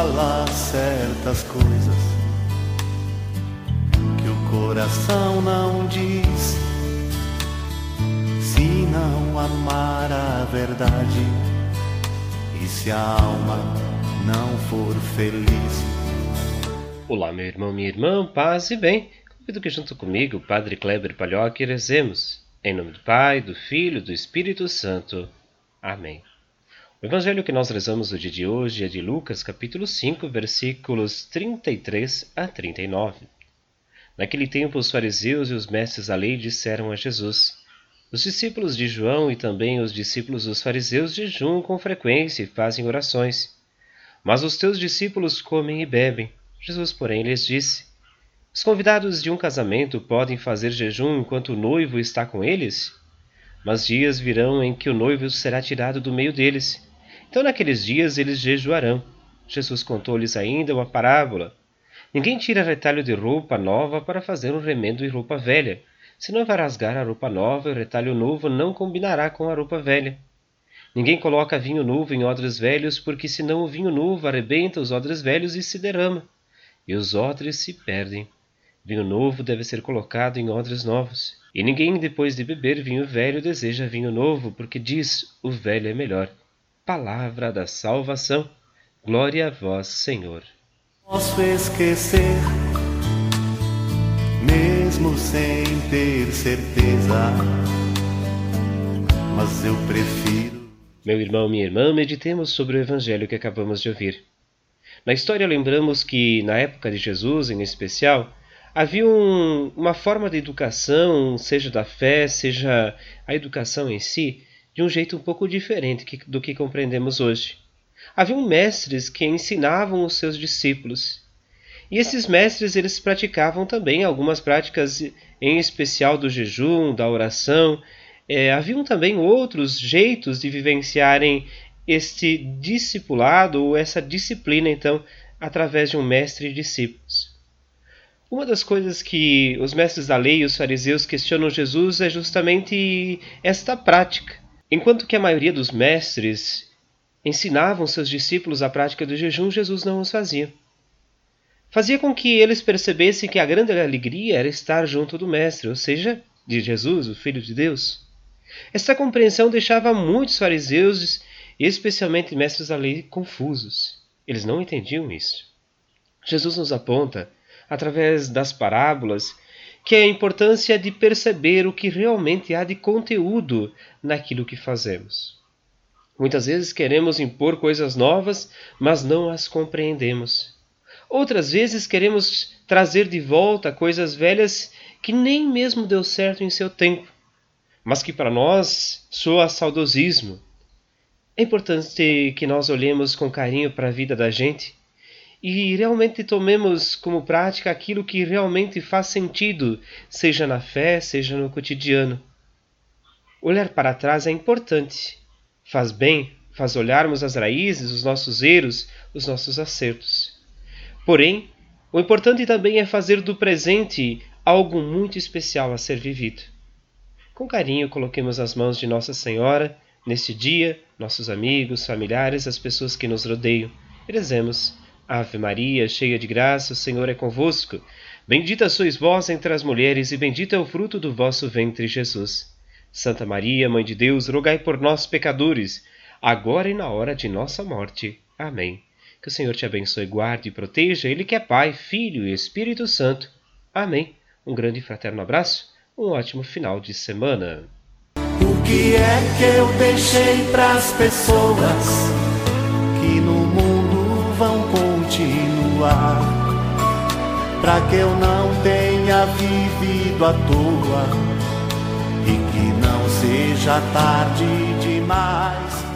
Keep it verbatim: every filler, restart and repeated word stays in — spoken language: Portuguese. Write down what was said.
fala certas coisas que o coração não diz. Se não amar a verdade e se a alma não for feliz. Olá, meu irmão, minha irmã, paz e bem. Convido que junto comigo, Padre Kleber Palhoque, rezemos. Em nome do Pai, do Filho e do Espírito Santo. Amém. O evangelho que nós rezamos no dia de hoje é de Lucas, capítulo cinco, versículos trinta e três a trinta e nove. Naquele tempo, os fariseus e os mestres da lei disseram a Jesus: os discípulos de João e também os discípulos dos fariseus jejuam com frequência e fazem orações. Mas os teus discípulos comem e bebem. Jesus, porém, lhes disse: os convidados de um casamento podem fazer jejum enquanto o noivo está com eles? Mas dias virão em que o noivo será tirado do meio deles. Então naqueles dias eles jejuarão. Jesus contou-lhes ainda uma parábola. Ninguém tira retalho de roupa nova para fazer um remendo em roupa velha. Senão vai rasgar a roupa nova e o retalho novo não combinará com a roupa velha. Ninguém coloca vinho novo em odres velhos, porque senão o vinho novo arrebenta os odres velhos e se derrama, e os odres se perdem. Vinho novo deve ser colocado em odres novos. E ninguém, depois de beber vinho velho, deseja vinho novo, porque diz: o velho é melhor. Palavra da salvação. Glória a vós, Senhor. Posso esquecer, mesmo sem ter certeza, mas eu prefiro. Meu irmão, minha irmã, meditemos sobre o evangelho que acabamos de ouvir. Na história lembramos que, na época de Jesus, em especial, havia um, uma forma de educação, seja da fé, seja a educação em si, de um jeito um pouco diferente que, do que compreendemos hoje. Haviam mestres que ensinavam os seus discípulos. E esses mestres eles praticavam também algumas práticas, em especial do jejum, da oração. É, haviam também outros jeitos de vivenciarem este discipulado ou essa disciplina, então, através de um mestre e discípulos. Uma das coisas que os mestres da lei e os fariseus questionam Jesus é justamente esta prática. Enquanto que a maioria dos mestres ensinavam seus discípulos a prática do jejum, Jesus não os fazia. Fazia com que eles percebessem que a grande alegria era estar junto do mestre, ou seja, de Jesus, o Filho de Deus. Esta compreensão deixava muitos fariseus, e especialmente mestres da lei, confusos. Eles não entendiam isso. Jesus nos aponta, através das parábolas, que é a importância de perceber o que realmente há de conteúdo naquilo que fazemos. Muitas vezes queremos impor coisas novas, mas não as compreendemos. Outras vezes queremos trazer de volta coisas velhas que nem mesmo deu certo em seu tempo, mas que para nós soa saudosismo. É importante que nós olhemos com carinho para a vida da gente e realmente tomemos como prática aquilo que realmente faz sentido, seja na fé, seja no cotidiano. Olhar para trás é importante. Faz bem, faz olharmos as raízes, os nossos erros, os nossos acertos. Porém, o importante também é fazer do presente algo muito especial a ser vivido. Com carinho, coloquemos as mãos de Nossa Senhora, neste dia, nossos amigos, familiares, as pessoas que nos rodeiam. E rezemos: Ave Maria, cheia de graça, o Senhor é convosco. Bendita sois vós entre as mulheres, e bendito é o fruto do vosso ventre, Jesus. Santa Maria, Mãe de Deus, rogai por nós, pecadores, agora e na hora de nossa morte. Amém. Que o Senhor te abençoe, guarde e proteja, Ele que é Pai, Filho e Espírito Santo. Amém. Um grande e fraterno abraço, um ótimo final de semana. O que é que eu deixei pras pessoas que no mundo vão continuar, pra que eu não tenha vivido à toa e que não seja tarde demais?